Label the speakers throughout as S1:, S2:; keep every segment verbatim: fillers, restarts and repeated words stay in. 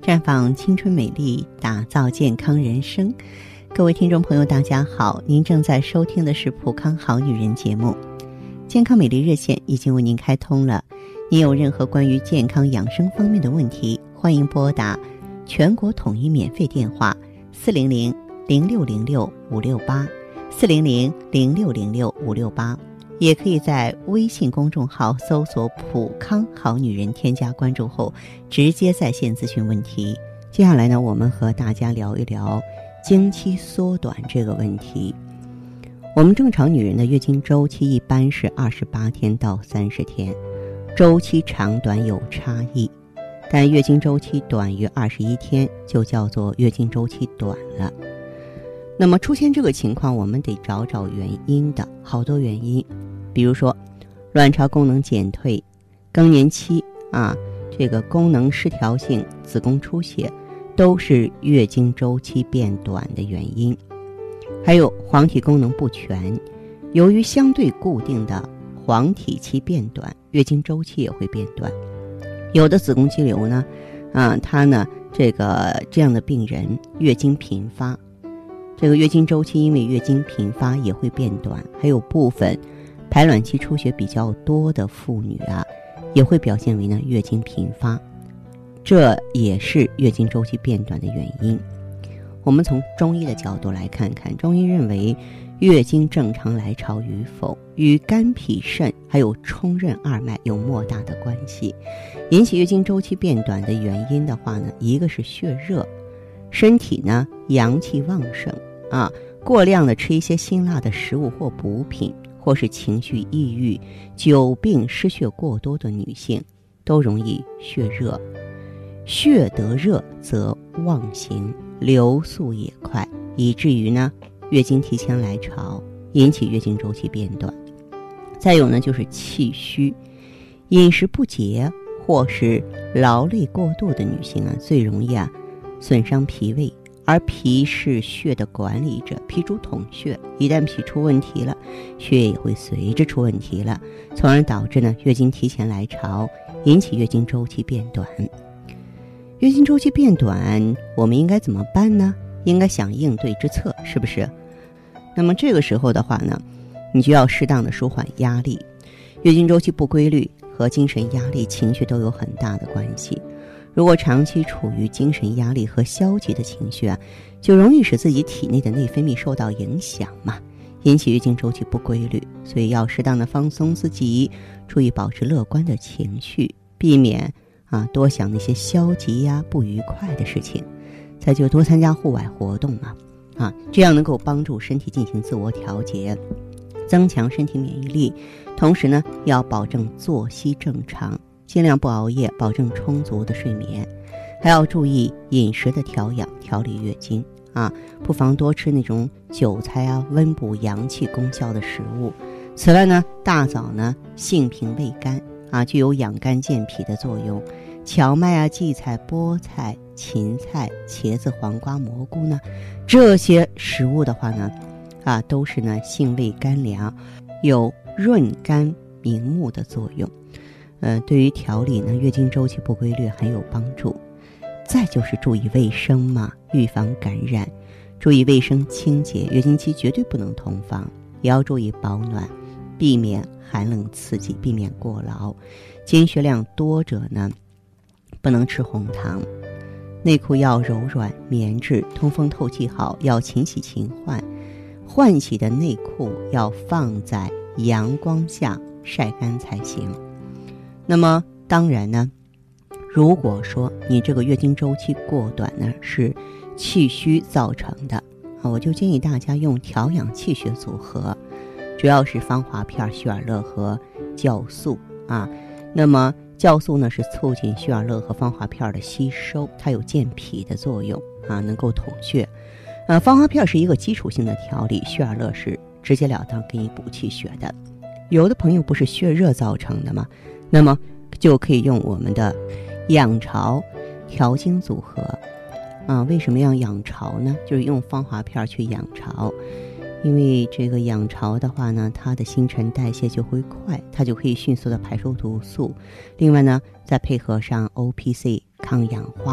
S1: 绽放青春美丽，打造健康人生。各位听众朋友大家好，您正在收听的是普康好女人节目。健康美丽热线已经为您开通了，您有任何关于健康养生方面的问题，欢迎拨打全国统一免费电话四零零零六零六五六八四零零零六零六五六八，也可以在微信公众号搜索普康好女人，添加关注后直接在线咨询问题。接下来呢，我们和大家聊一聊经期缩短这个问题。我们正常女人的月经周期一般是二十八天到三十天，周期长短有差异，但月经周期短于二十一天就叫做月经周期短了。那么出现这个情况，我们得找找原因的，好多原因，比如说卵巢功能减退、更年期啊，这个功能失调性子宫出血，都是月经周期变短的原因。还有黄体功能不全，由于相对固定的黄体期变短，月经周期也会变短。有的子宫肌瘤呢，啊，它呢这个这样的病人月经频发。这个月经周期因为月经频发也会变短，还有部分排卵期出血比较多的妇女啊，也会表现为呢月经频发，这也是月经周期变短的原因。我们从中医的角度来看看，中医认为月经正常来潮与否与肝脾肾还有冲任二脉有莫大的关系。引起月经周期变短的原因的话呢，一个是血热，身体呢阳气旺盛啊，过量的吃一些辛辣的食物或补品，或是情绪抑郁、久病失血过多的女性，都容易血热。血得热则妄行，流速也快，以至于呢月经提前来潮，引起月经周期变短。再有呢就是气虚，饮食不节或是劳累过度的女性啊，最容易啊损伤脾胃，而脾是血的管理者，脾主统血，一旦脾出问题了，血也会随着出问题了，从而导致呢月经提前来潮，引起月经周期变短。月经周期变短，我们应该怎么办呢？应该想应对之策，是不是？那么这个时候的话呢，你就要适当的舒缓压力。月经周期不规律和精神压力、情绪都有很大的关系。如果长期处于精神压力和消极的情绪啊，就容易使自己体内的内分泌受到影响嘛，引起月经周期不规律。所以要适当的放松自己，注意保持乐观的情绪，避免啊多想那些消极呀、不愉快的事情。再就多参加户外活动嘛，啊，这样能够帮助身体进行自我调节，增强身体免疫力。同时呢，要保证作息正常，尽量不熬夜，保证充足的睡眠，还要注意饮食的调养，调理月经啊，不妨多吃那种韭菜啊，温补阳气功效的食物。此外呢，大枣呢性平味甘啊，具有养肝健脾的作用。荞麦啊、荠菜、菠菜、芹菜、茄子、黄瓜、蘑菇呢，这些食物的话呢，啊，都是呢性味甘凉，有润肝明目的作用。呃，对于调理呢月经周期不规律很有帮助。再就是注意卫生嘛，预防感染，注意卫生清洁，月经期绝对不能同房，也要注意保暖，避免寒冷刺激，避免过劳。经血量多者呢，不能吃红糖。内裤要柔软棉质，通风透气好，要勤洗勤换。换洗的内裤要放在阳光下晒干才行。那么当然呢，如果说你这个月经周期过短呢，是气虚造成的啊，我就建议大家用调养气血组合，主要是芳华片、血尔乐和酵素啊。那么酵素呢是促进血尔乐和芳华片的吸收，它有健脾的作用啊，能够统血。呃，芳华片是一个基础性的调理，血尔乐是直截了当给你补气血的。有的朋友不是血热造成的吗？那么就可以用我们的养巢调经组合啊。为什么要养巢呢？就是用芳华片去养巢，因为这个养巢的话呢，它的新陈代谢就会快，它就可以迅速的排出毒素。另外呢，再配合上 O P C 抗氧化、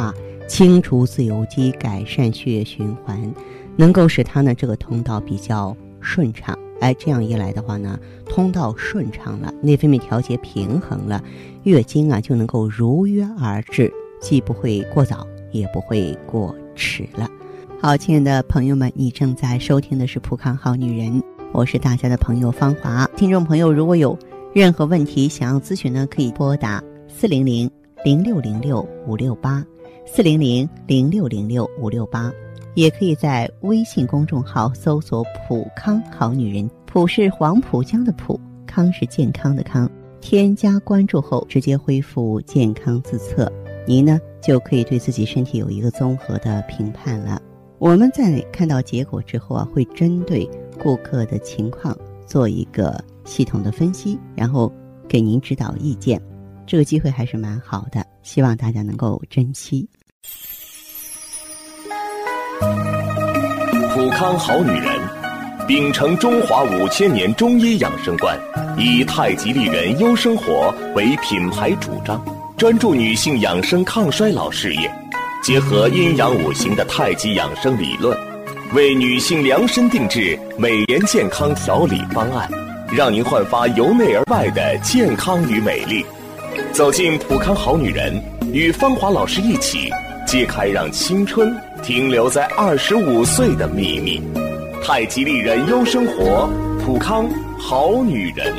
S1: 清除自由基，改善血液循环，能够使它呢这个通道比较顺畅。哎，这样一来的话呢，通道顺畅了，内分泌调节平衡了，月经啊就能够如约而至，既不会过早，也不会过迟了。好，亲爱的朋友们，你正在收听的是《普康好女人》，我是大家的朋友芳华。听众朋友，如果有任何问题想要咨询呢，可以拨打四零零零六零六五六八。四零零零六零六五六八，也可以在微信公众号搜索普康好女人，普是黄浦江的浦，康是健康的康，添加关注后直接恢复健康自测，您呢就可以对自己身体有一个综合的评判了。我们在看到结果之后啊，会针对顾客的情况做一个系统的分析，然后给您指导意见，这个机会还是蛮好的，希望大家能够珍惜。
S2: 普康好女人，秉承中华五千年中医养生观，以太极丽人优生活为品牌主张，专注女性养生抗衰老事业，结合阴阳五行的太极养生理论，为女性量身定制美颜健康调理方案，让您焕发由内而外的健康与美丽。走进普康好女人，与芳华老师一起揭开让青春停留在二十五岁的秘密。太极丽人优生活，普康好女人。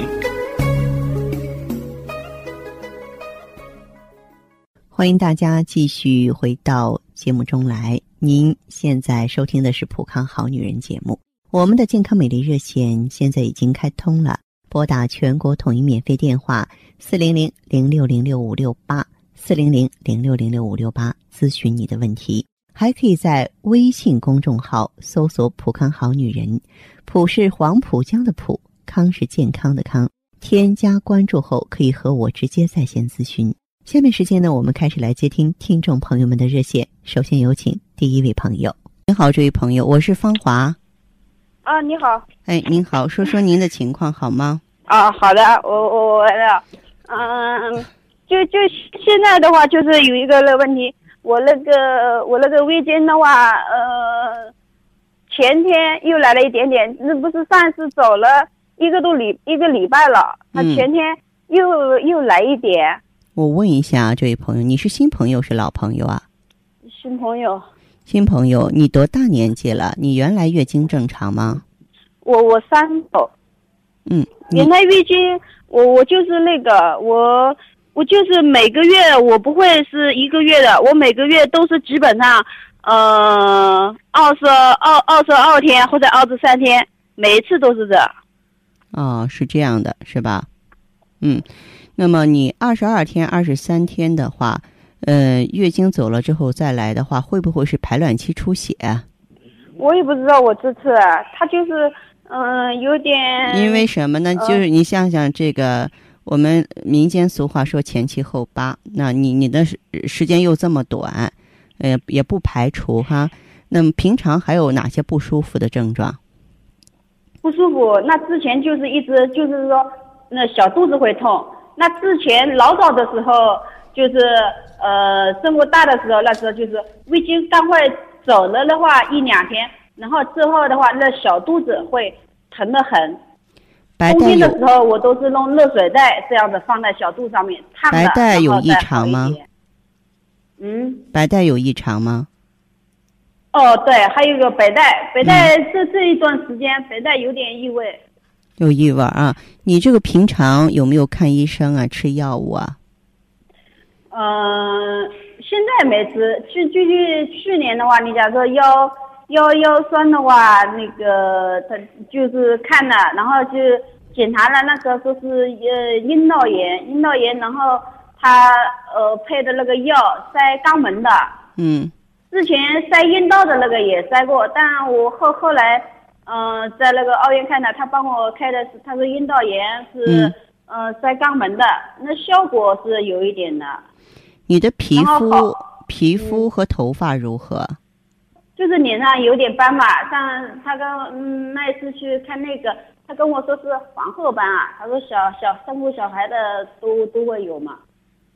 S1: 欢迎大家继续回到节目中来，您现在收听的是普康好女人节目。我们的健康美丽热线现在已经开通了，拨打全国统一免费电话四零零零六零六五六八，四零零零六零六五六八咨询你的问题。还可以在微信公众号搜索普康好女人，普是黄浦江的浦，康是健康的康，添加关注后可以和我直接在线咨询。下面时间呢，我们开始来接听听众朋友们的热线。首先有请第一位朋友。你好，这位朋友，我是芳华。
S3: 啊，你好。
S1: 哎，您好，说说您的情况好吗？
S3: 啊，好的，我我我了，嗯，就就现在的话，就是有一个那个问题，我那个我那个胃经的话，呃，前天又来了一点点，那不是上次走了一个多礼一个礼拜了，他前天又、嗯、又来一点。
S1: 我问一下这位朋友，你是新朋友是老朋友啊？
S3: 新朋友。
S1: 新朋友，你多大年纪了？你原来月经正常吗？
S3: 我我三手。
S1: 嗯。
S3: 原来月经，我我就是那个我。我就是每个月我不会是一个月的，我每个月都是基本上，呃，二十二二十二天或者二十三天，每一次都是这。
S1: 哦，是这样的，是吧？嗯，那么你二十二天、二十三天的话，呃，月经走了之后再来的话，会不会是排卵期出血？
S3: 我也不知道，我这次他就是，嗯、呃，有点。因
S1: 为什么呢？呃、就是你想想这个。我们民间俗话说前七后八，那你你的时间又这么短，呃，也不排除哈。那么平常还有哪些不舒服的症状？
S3: 不舒服，那之前就是一直就是说，那小肚子会痛。那之前老早的时候，就是呃生过大的时候，那时候就是胃经刚会走了的话一两天，然后之后的话，那小肚子会疼得很。冬天的时候，我都是弄热水袋这样子放在小肚上面烫的。
S1: 白带有异常吗？
S3: 嗯。
S1: 白带有异常吗？
S3: 哦，对，还有一个白带，白带这、嗯、这一段时间白带有点异味。
S1: 有异味啊？你这个平常有没有看医生啊？吃药物啊？
S3: 嗯、呃，现在没吃。去去去去年的话，你假如说腰。腰腰酸的话，那个他就是看了，然后就检查了，那时候说是呃阴道炎，阴道炎，然后他呃配的那个药塞肛门的，
S1: 嗯，
S3: 之前塞阴道的那个也塞过，但我后后来嗯、呃、在那个奥院看的，他帮我开的是他说阴道炎是、嗯、呃塞肛门的，那效果是有一点的。
S1: 你的皮肤皮肤和头发如何？
S3: 就是脸上有点斑嘛，上他跟嗯那一次去看那个，他跟我说是黄褐斑啊，他说小小生过小孩的都都会有嘛。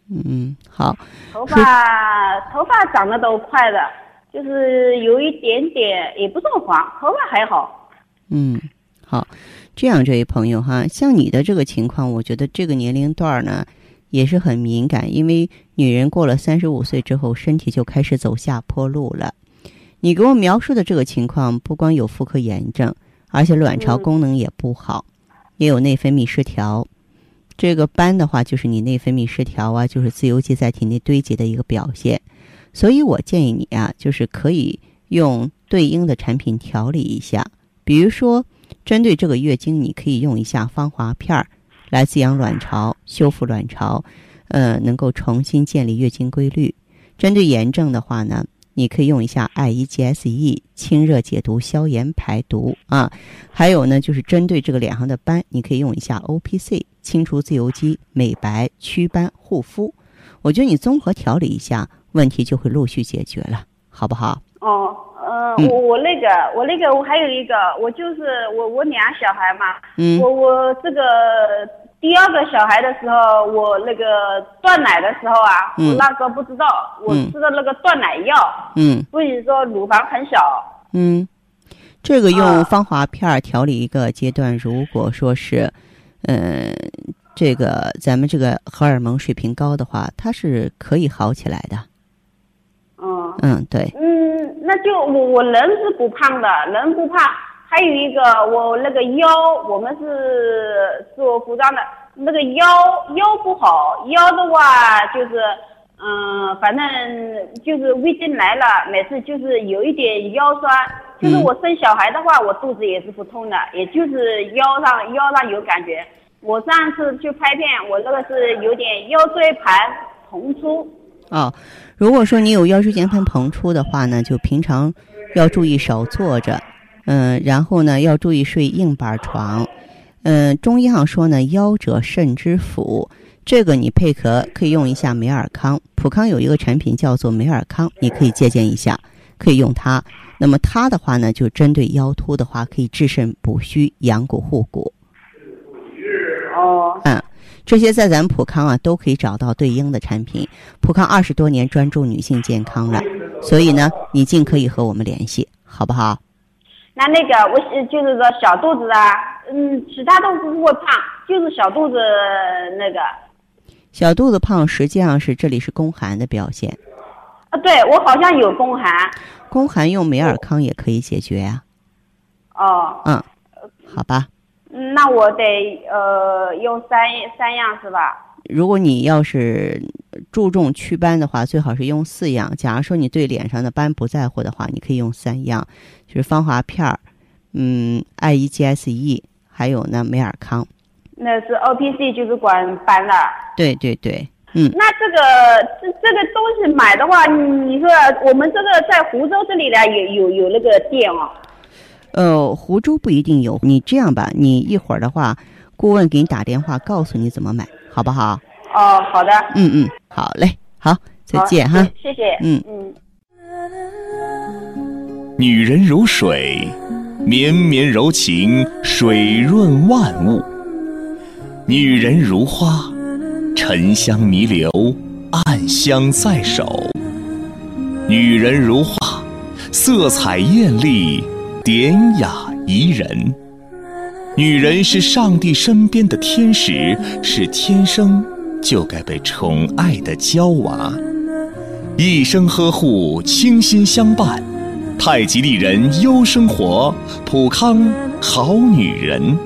S1: 嗯，好。
S3: 头发头发长得都快的，就是有一点点，也不这么黄，头发还好。
S1: 嗯，好。这样，这位朋友哈，像你的这个情况，我觉得这个年龄段呢也是很敏感，因为女人过了三十五岁之后，身体就开始走下坡路了。你给我描述的这个情况，不光有妇科炎症，而且卵巢功能也不好，嗯、也有内分泌失调。这个斑的话，就是你内分泌失调啊，就是自由基在体内堆积的一个表现。所以我建议你啊，就是可以用对应的产品调理一下，比如说。针对这个月经，你可以用一下芳华片儿来滋养卵巢、修复卵巢，呃，能够重新建立月经规律。针对炎症的话呢，你可以用一下 I E G S E 清热解毒、消炎排毒啊。还有呢，就是针对这个脸上的斑，你可以用一下 O P C 清除自由基、美白、祛斑、护肤。我觉得你综合调理一下，问题就会陆续解决了，好不好？
S3: 哦。呃，我我那个我那个我还有一个，我就是我我俩小孩嘛，嗯，我我这个第二个小孩的时候，我那个断奶的时候啊，嗯、我那时候不知道，我吃的那个断奶药，嗯，所以说乳房很小，
S1: 嗯，这个用芳华片调理一个阶段，如果说是，嗯、呃，这个咱们这个荷尔蒙水平高的话，它是可以好起来的。
S3: 嗯
S1: 嗯，对。
S3: 嗯，那就我我人是不胖的，人不胖。还有一个，我那个腰，我们是做服装的，那个腰腰不好，腰的话就是，嗯、呃，反正就是月经来了，每次就是有一点腰酸。就是我生小孩的话，我肚子也是不痛的，也就是腰上腰上有感觉。我上次去拍片，我这个是有点腰椎盘膨出。
S1: 哦，如果说你有腰椎间盘膨出的话呢，就平常要注意少坐着，嗯、呃，然后呢要注意睡硬板床，嗯、呃，中医上说呢，腰者肾之府，这个你配合可以用一下美尔康，普康有一个产品叫做美尔康，你可以借鉴一下，可以用它。那么它的话呢，就针对腰突的话，可以治肾补虚、养骨护骨。
S3: 哦，
S1: 嗯。这些在咱们普康啊都可以找到对应的产品。普康二十多年专注女性健康了，所以呢，你尽可以和我们联系，好不好？
S3: 那那个我就是说小肚子啊，嗯，其他都不会胖，就是小肚子那个。
S1: 小肚子胖实际上是这里是宫寒的表现。
S3: 啊，对，我好像有宫寒。
S1: 宫寒用美尔康也可以解决啊。
S3: 哦。
S1: 嗯，好吧。
S3: 那我得呃用三三样是吧？
S1: 如果你要是注重祛斑的话，最好是用四样。假如说你对脸上的斑不在乎的话，你可以用三样，就是芳华片儿，嗯 ，I E G S E， 还有呢美尔康。
S3: 那是 O P C， 就是管斑的。对
S1: 对对，嗯。
S3: 那这个这这个东西买的话，你说我们这个在湖州这里呢，有有有那个店哦。
S1: 呃，湖州不一定有。你这样吧，你一会儿的话，顾问给你打电话，告诉你怎么买，好不好？
S3: 哦，好的。
S1: 嗯嗯，好嘞，好，再见哈。
S3: 谢谢。
S1: 嗯
S3: 嗯。
S2: 女人如水，绵绵柔情，水润万物；女人如花，沉香弥留，暗香在手；女人如画，色彩艳丽，典雅宜人。女人是上帝身边的天使，是天生就该被宠爱的娇娃，一生呵护，倾心相伴。太极丽人优生活，普康好女人。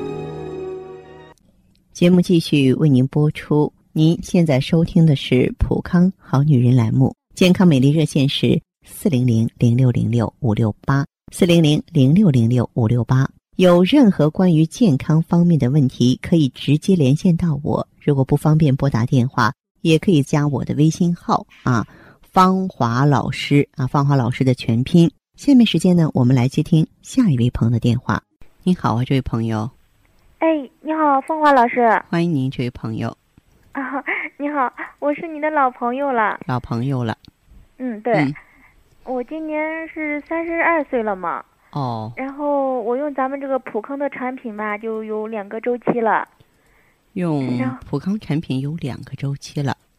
S1: 节目继续为您播出，您现在收听的是普康好女人栏目，健康美丽热线是四零零零六零六五六八。四零零零六零六五六八，有任何关于健康方面的问题，可以直接连线到我。如果不方便拨打电话，也可以加我的微信号啊，芳华老师啊，芳华老师的全拼。下面时间呢，我们来接听下一位朋友的电话。你好啊，这位朋友。
S4: 哎，你好，芳华老师。
S1: 欢迎您，这位朋友。
S4: 啊，你好，我是你的老朋友了。
S1: 老朋友了。
S4: 嗯，对。嗯，我今年是三十二岁了嘛，
S1: 哦，
S4: 然后我用咱们这个普康的产品吧，就有两个周期了。
S1: 用普康产品有两个周期了。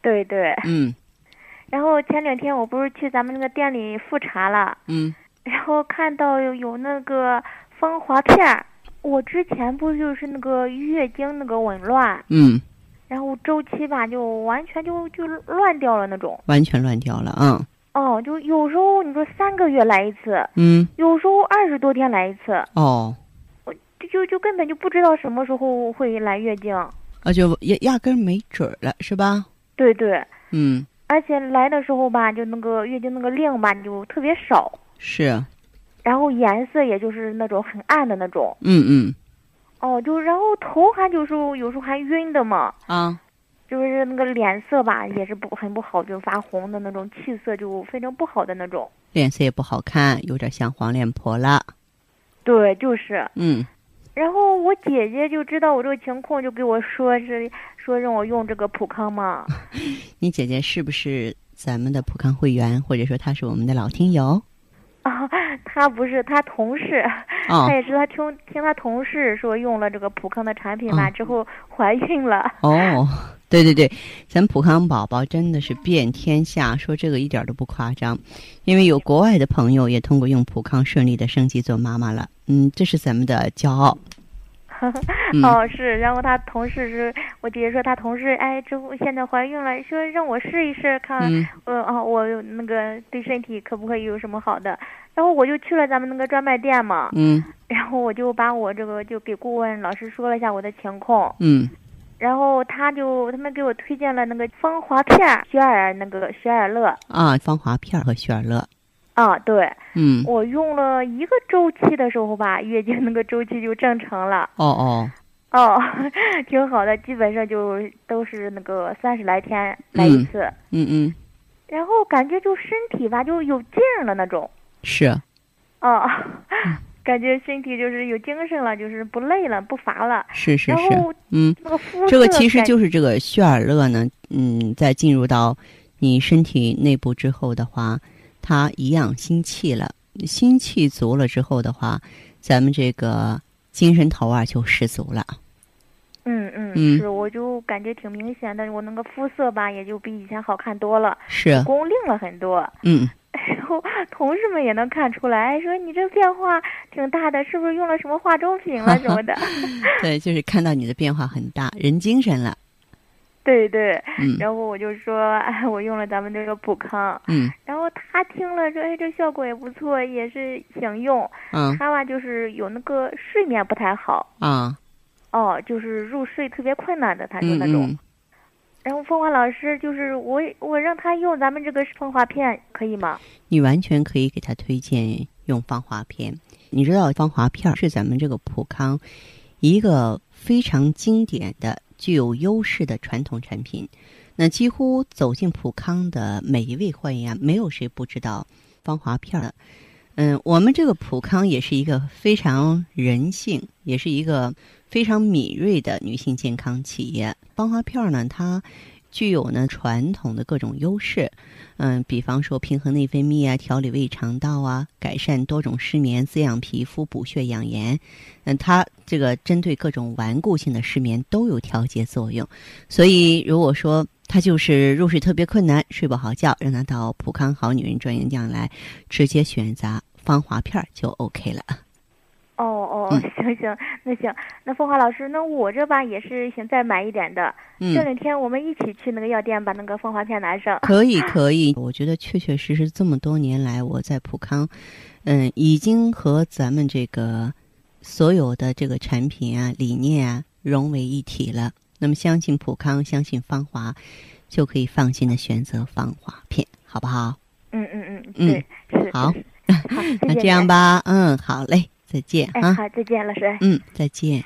S4: 对对。
S1: 嗯。
S4: 然后前两天我不是去咱们那个店里复查了，
S1: 嗯。
S4: 然后看到有有那个芳华片，我之前不就是那个月经那个紊乱，
S1: 嗯。
S4: 然后周期吧就完全就就乱掉了那种。
S1: 完全乱掉了，嗯。
S4: 哦，就有时候你说三个月来一次，
S1: 嗯。
S4: 有时候二十多天来一次。
S1: 哦。
S4: 就就就根本就不知道什么时候会来月经。
S1: 啊，就压压根没准了，是吧？
S4: 对对。
S1: 嗯。
S4: 而且来的时候吧，就那个月经那个量吧，就特别少。
S1: 是。
S4: 然后颜色也就是那种很暗的那种。
S1: 嗯嗯。
S4: 哦，就然后头还有时候有时候还晕的嘛。
S1: 啊。
S4: 就是那个脸色吧，也是不很不好，就发红的那种，气色就非常不好的那种。
S1: 脸色也不好看，有点像黄脸婆了。
S4: 对，就是。
S1: 嗯。
S4: 然后我姐姐就知道我这个情况，就给我说是说让我用这个普康嘛。
S1: 你姐姐是不是咱们的普康会员，或者说她是我们的老听友？
S4: 啊，她不是，她同事，
S1: 哦、
S4: 她也是她听听她同事说用了这个普康的产品嘛、哦、之后怀孕了。
S1: 哦，对对对，咱普康宝宝真的是遍天下，说这个一点都不夸张，因为有国外的朋友也通过用普康顺利的升级做妈妈了。嗯，这是咱们的骄傲。
S4: 嗯、哦，是，然后他同事是我姐姐说他同事哎，之后现在怀孕了，说让我试一试看，嗯、呃啊，我那个对身体可不可以有什么好的，然后我就去了咱们那个专卖店嘛，
S1: 嗯，
S4: 然后我就把我这个就给顾问老师说了一下我的情况，
S1: 嗯，
S4: 然后他就他们给我推荐了那个芳华片，雪尔那个雪尔乐
S1: 啊，芳华片和雪尔乐。
S4: 啊，对，
S1: 嗯，
S4: 我用了一个周期的时候吧，月经那个周期就正常了。
S1: 哦哦，
S4: 哦，挺好的，基本上就都是那个三十来天来一次。
S1: 嗯 嗯, 嗯。
S4: 然后感觉就身体吧就有劲儿了那种。
S1: 是。
S4: 哦，嗯、感觉身体就是有精神了，就是不累了，不乏了。
S1: 是是是。
S4: 然后，
S1: 嗯，
S4: 那个肤色
S1: 这个其实就是这个雪尔乐呢，嗯，在进入到你身体内部之后的话。它一样心气了，心气足了之后的话，咱们这个精神头啊就十足了。
S4: 嗯嗯，是，我就感觉挺明显的，我那个肤色吧，也就比以前好看多了，
S1: 是
S4: 光亮了很多。
S1: 嗯，
S4: 然后同事们也能看出来，说你这变化挺大的，是不是用了什么化妆品了什么的？
S1: 对，就是看到你的变化很大，人精神了。
S4: 对对，
S1: 嗯，
S4: 然后我就说，哎，我用了咱们这个普康，
S1: 嗯，
S4: 然后他听了说，哎，这效果也不错，也是想用，
S1: 嗯，
S4: 他吧就是有那个睡眠不太好，
S1: 啊，
S4: 哦，就是入睡特别困难的，他说那种。
S1: 嗯嗯、
S4: 然后凤华老师就是我，我让他用咱们这个芳华片，可以吗？
S1: 你完全可以给他推荐用芳华片。你知道芳华片是咱们这个普康一个非常经典的。具有优势的传统产品，那几乎走进普康的每一位会员，没有谁不知道芳华片的。嗯，我们这个普康也是一个非常人性，也是一个非常敏锐的女性健康企业。芳华片呢，它具有呢传统的各种优势，嗯，比方说平衡内分泌啊，调理胃肠道啊，改善多种失眠，滋养皮肤，补血养颜。嗯，它这个针对各种顽固性的失眠都有调节作用。所以如果说他就是入睡特别困难，睡不好觉，让他到普康好女人专营店来，直接选择芳华片就 OK 了。
S4: 哦哦，行行，那行，那凤华老师，那我这吧也是想再买一点的。嗯，这两天我们一起去那个药店把那个芳华片拿上。
S1: 可以可以，我觉得确确实实这么多年来，我在普康，嗯，已经和咱们这个所有的这个产品啊、理念啊融为一体了。那么相信普康，相信芳华，就可以放心的选择芳华片，好不好？
S4: 嗯嗯嗯，对，嗯，是
S1: 好，
S4: 是是好，
S1: 那这样吧，嗯，好嘞。再见啊！
S4: 哎，好，再见，老师。
S1: 嗯，再见。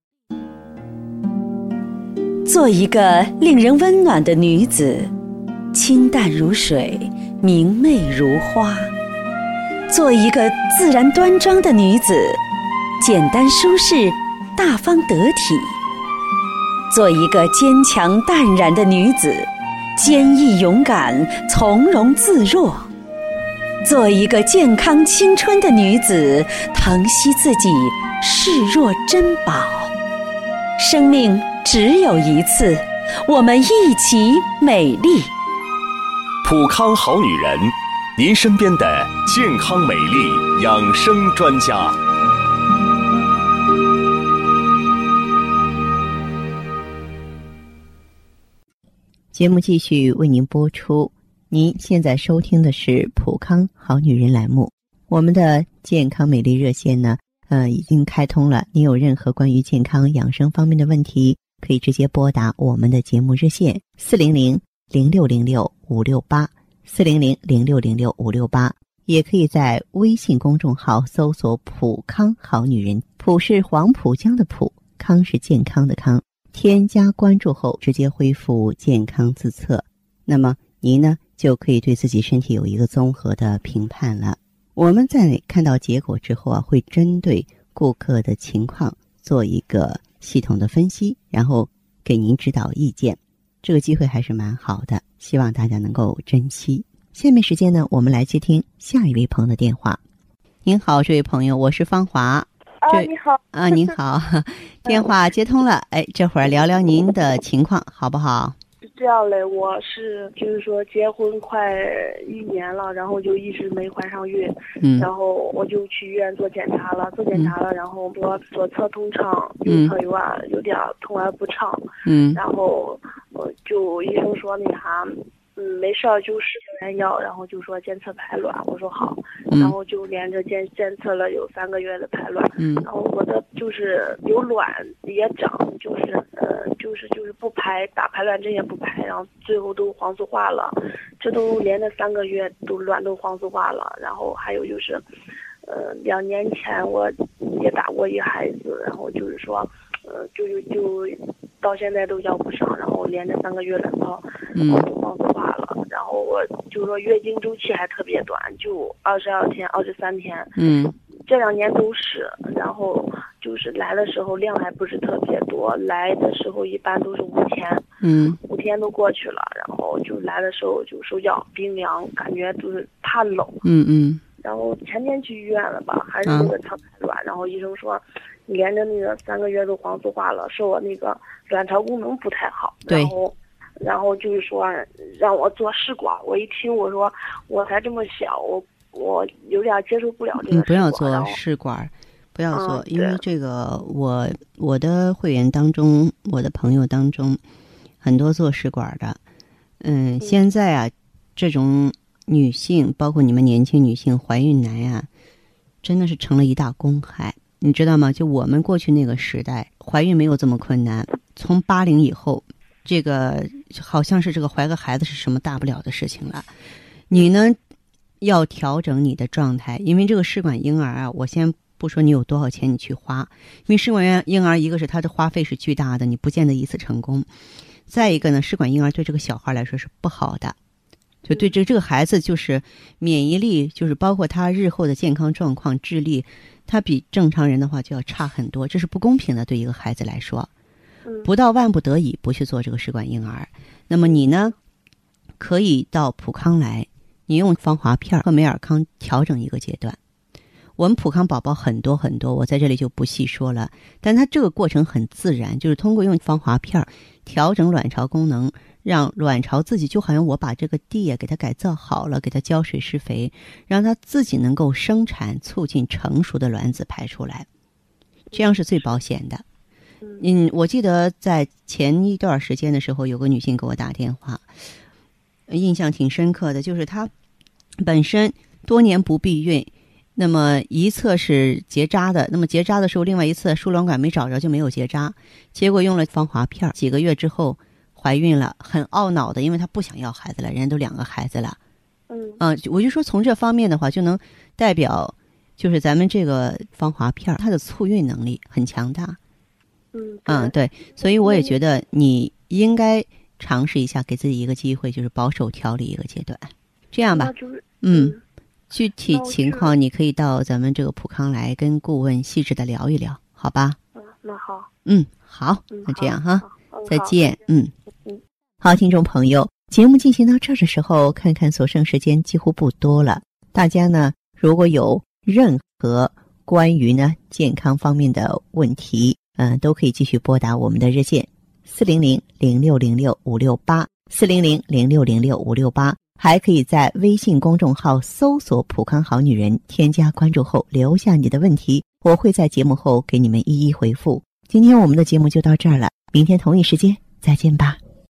S5: 做一个令人温暖的女子，清淡如水，明媚如花；做一个自然端庄的女子，简单舒适，大方得体；做一个坚强淡然的女子，坚毅勇敢，从容自若。做一个健康青春的女子，疼惜自己，视若珍宝。生命只有一次， 我们一起美丽。
S2: 普康好女人，您身边的健康美丽养生专家。
S1: 节目继续为您播出。您现在收听的是普康好女人栏目。我们的健康美丽热线呢，呃，已经开通了。您有任何关于健康养生方面的问题，可以直接拨打我们的节目热线四零零零六零六五六八四零零零六零六五六八，也可以在微信公众号搜索普康好女人，普是黄浦江的浦，康是健康的康。添加关注后直接恢复健康自测，那么您呢就可以对自己身体有一个综合的评判了。我们在看到结果之后啊，会针对顾客的情况做一个系统的分析，然后给您指导意见。这个机会还是蛮好的，希望大家能够珍惜。下面时间呢，我们来接听下一位朋友的电话。您好，这位朋友，我是芳华。
S6: 啊，你好
S1: 啊，您好，电话接通了。哎，这会儿聊聊您的情况好不好？
S6: 是这样嘞，我是就是说结婚快一年了，然后就一直没怀上孕，嗯，然后我就去医院做检查了，做检查了，嗯、然后说左侧通畅，右侧有啊、嗯、有点通而不畅，嗯，然后我就医生说那啥。嗯，没事儿，就吃点药，然后就说监测排卵，我说好，嗯、然后就连着监监测了有三个月的排卵，嗯，然后我的就是有卵也长，就是呃就是就是不排，打排卵针也不排，然后最后都黄素化了，这都连着三个月都卵都黄素化了，然后还有就是，呃两年前我也打过一孩子，然后就是说，呃就就就到现在都要不上，然后连着三个月卵泡，嗯，都黄素化了，然后我就说月经周期还特别短，就二十二天、二十三天，嗯，这两年都是，然后就是来的时候量还不是特别多，来的时候一般都是五天，嗯，五天都过去了，然后就来的时候就手脚冰凉，感觉就是怕冷，嗯嗯，然后前天去医院了吧，还是那个测排卵，然后医生说你连着那个三个月都黄素化了，是我那个卵巢功能不太好，然后。然后就是说让我做试管，我一听我说我才这么小，我我有点接受不了这个试管。你
S1: 不要做试管，不要做，嗯、因为这个我我的会员当中，我的朋友当中很多做试管的，嗯，嗯现在啊，这种女性，包括你们年轻女性怀孕难啊，真的是成了一大公害，你知道吗？就我们过去那个时代，怀孕没有这么困难，从八零以后。这个好像是这个怀个孩子是什么大不了的事情了，你呢要调整你的状态，因为这个试管婴儿啊，我先不说你有多少钱你去花，因为试管婴儿一个是它的花费是巨大的，你不见得一次成功，再一个呢，试管婴儿对这个小孩来说是不好的，就对这这个孩子就是免疫力，就是包括他日后的健康状况、智力，他比正常人的话就要差很多，这是不公平的，对一个孩子来说。不到万不得已不去做这个试管婴儿，那么你呢可以到普康来，你用芳华片和美尔康调整一个阶段。我们普康宝宝很多很多，我在这里就不细说了，但它这个过程很自然，就是通过用芳华片调整卵巢功能，让卵巢自己就好像我把这个地啊给它改造好了，给它浇水施肥，让它自己能够生产，促进成熟的卵子排出来，这样是最保险的。嗯，我记得在前一段时间的时候，有个女性给我打电话，印象挺深刻的，就是她本身多年不避孕，那么一侧是结扎的，那么结扎的时候，另外一侧输卵管没找着就没有结扎，结果用了芳华片，几个月之后怀孕了，很懊恼的，因为她不想要孩子了，人家都两个孩子了。嗯，呃，我就说从这方面的话，就能代表就是咱们这个芳华片它的促孕能力很强大。嗯嗯，对，所以我也觉得你应该尝试一下，给自己一个机会，就是保守调理一个阶段。这样吧，嗯，具体情况你可以到咱们这个普康来跟顾问细致的聊一聊，好吧？
S6: 嗯，那好。
S1: 嗯，好，那这样哈，再见。嗯嗯，好，听众朋友，节目进行到这儿的时候，看看所剩时间几乎不多了。大家呢，如果有任何关于呢健康方面的问题，嗯、呃，都可以继续拨打我们的热线四零零零六零六五六八四零零零六零六五六八，还可以在微信公众号搜索普康好女人，添加关注后留下你的问题，我会在节目后给你们一一回复。今天我们的节目就到这儿了，明天同一时间再见吧。